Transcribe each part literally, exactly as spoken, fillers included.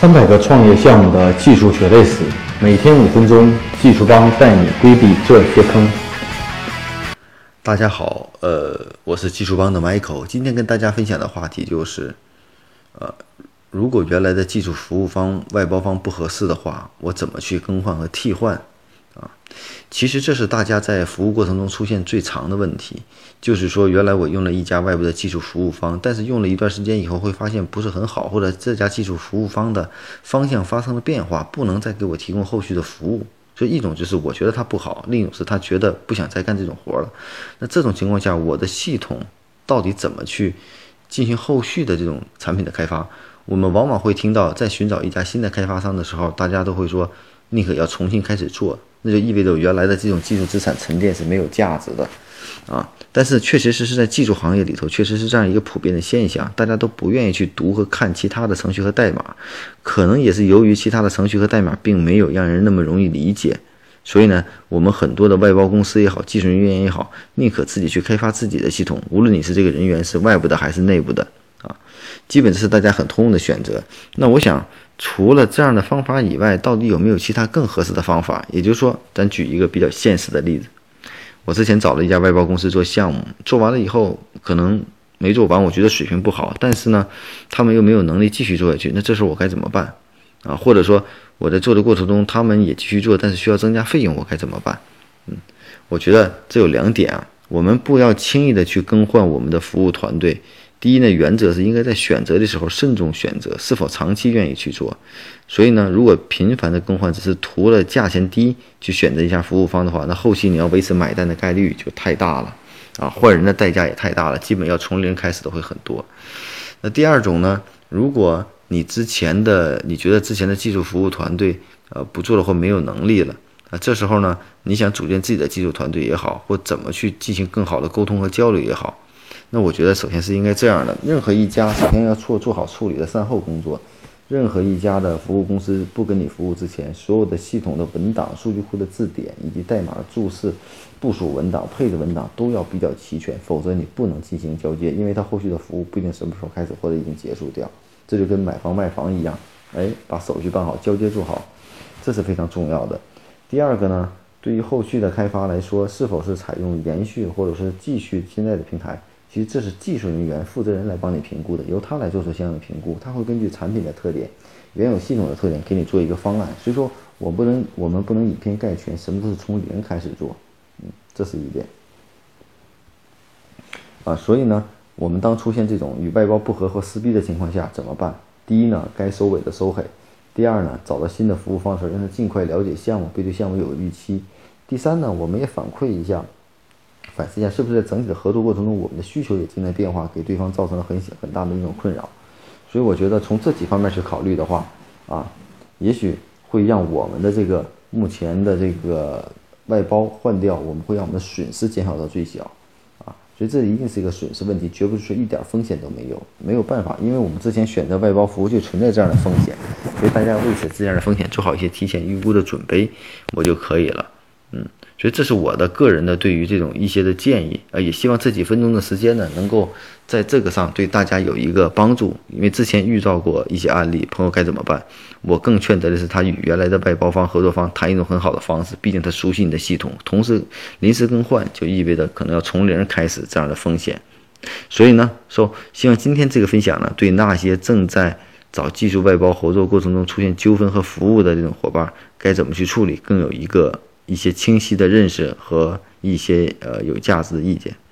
三百个创业项目的技术血泪史，每天五分钟，技术帮带你规避这些坑。 大家好，呃，我是技术帮的 Michael， 今天跟大家分享的话题就是，呃，如果原来的技术服务方、外包方不合适的话，我怎么去更换和替换？啊，其实这是大家在服务过程中出现最常的问题，就是说原来我用了一家外部的技术服务方，但是用了一段时间以后会发现不是很好，或者这家技术服务方的方向发生了变化，不能再给我提供后续的服务。所以一种就是我觉得他不好，另一种是他觉得不想再干这种活了。那这种情况下，我的系统到底怎么去进行后续的这种产品的开发？我们往往会听到，在寻找一家新的开发商的时候，大家都会说宁可要重新开始做，那就意味着原来的这种技术资产沉淀是没有价值的啊。但是确实是是在技术行业里头，确实是这样一个普遍的现象，大家都不愿意去读和看其他的程序和代码，可能也是由于其他的程序和代码并没有让人那么容易理解，所以呢，我们很多的外包公司也好，技术人员也好，宁可自己去开发自己的系统，无论你是这个人员是外部的还是内部的啊，基本是大家很通用的选择。那我想，除了这样的方法以外，到底有没有其他更合适的方法？也就是说，咱举一个比较现实的例子。我之前找了一家外包公司做项目，做完了以后可能没做完，我觉得水平不好，但是呢，他们又没有能力继续做下去，那这时候我该怎么办啊？或者说我在做的过程中，他们也继续做，但是需要增加费用，我该怎么办？嗯，我觉得这有两点啊，我们不要轻易的去更换我们的服务团队。第一呢，原则是应该在选择的时候慎重选择，是否长期愿意去做。所以呢，如果频繁的更换只是图了价钱低去选择一下服务方的话，那后期你要维持买单的概率就太大了啊，换人的代价也太大了，基本要从零开始的会很多。那第二种呢，如果你之前的你觉得之前的技术服务团队呃不做了或没有能力了啊，这时候呢，你想组建自己的技术团队也好，或怎么去进行更好的沟通和交流也好，那我觉得首先是应该这样的，任何一家首先要做做好处理的善后工作。任何一家的服务公司不跟你服务之前，所有的系统的文档、数据库的字典以及代码的注释、部署文档、配置文档都要比较齐全，否则你不能进行交接，因为它后续的服务不一定什么时候开始或者已经结束掉。这就跟买房卖房一样，哎，把手续办好，交接做好，这是非常重要的。第二个呢，对于后续的开发来说，是否是采用延续或者是继续现在的平台，其实这是技术人员负责人来帮你评估的，由他来做出相应的评估，他会根据产品的特点、原有系统的特点给你做一个方案。所以说我不能，我们不能以偏概全，什么都是从零开始做，嗯，这是一点。啊，所以呢，我们当出现这种与外包不合或撕逼的情况下怎么办？第一呢，该收尾的收尾；第二呢，找到新的服务方式，让他尽快了解项目，并对项目有个预期；第三呢，我们也反馈一下。反思一下，是不是在整体的合作过程中，我们的需求也正在变化，给对方造成了很很大的一种困扰。所以我觉得从这几方面去考虑的话，啊，也许会让我们的这个目前的这个外包换掉，我们会让我们的损失减少到最小，啊，所以这一定是一个损失问题，绝不是说一点风险都没有，没有办法，因为我们之前选择外包服务就存在这样的风险，所以大家为此这样的风险做好一些提前预估的准备，我就可以了，嗯。所以这是我的个人的对于这种一些的建议，呃，也希望这几分钟的时间呢，能够在这个上对大家有一个帮助。因为之前遇到过一些案例，朋友该怎么办？我更劝责的是他与原来的外包方、合作方谈一种很好的方式，毕竟他熟悉你的系统，同时临时更换就意味着可能要从零开始这样的风险。所以呢，说希望今天这个分享呢，对那些正在找技术外包合作过程中出现纠纷和服务的这种伙伴，该怎么去处理，更有一个。一些清晰的认识和一些呃有价值的意见。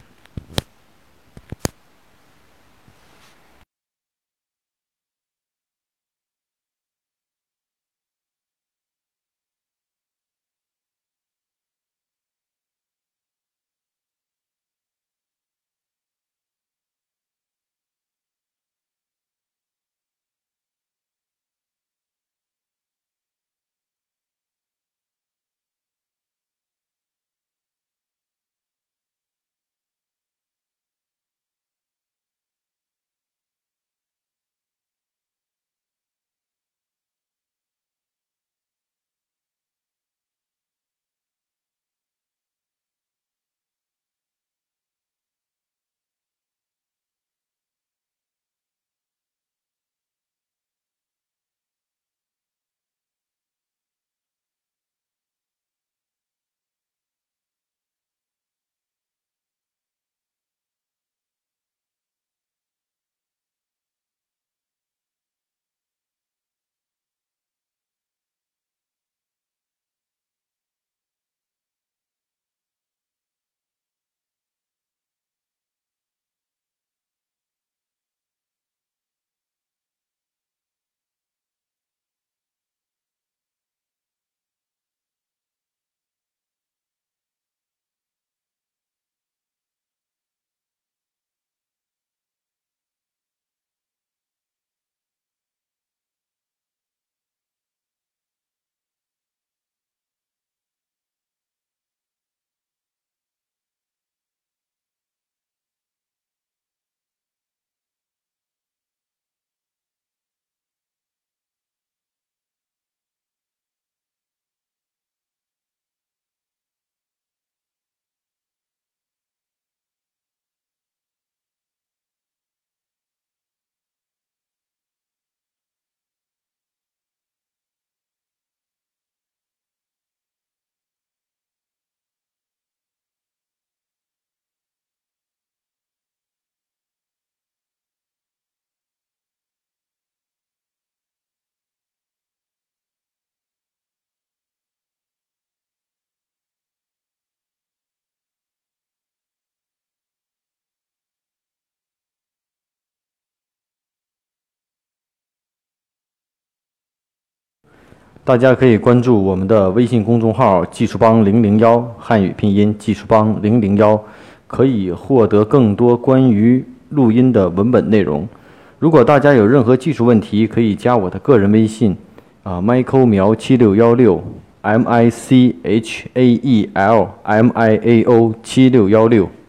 大家可以关注我们的微信公众号“技术帮零零幺”，汉语拼音“技术帮零零幺”，可以获得更多关于录音的文本内容。如果大家有任何技术问题，可以加我的个人微信啊 ，Michael 苗七六一六 ，M I C H A E L M I A O 七六一六。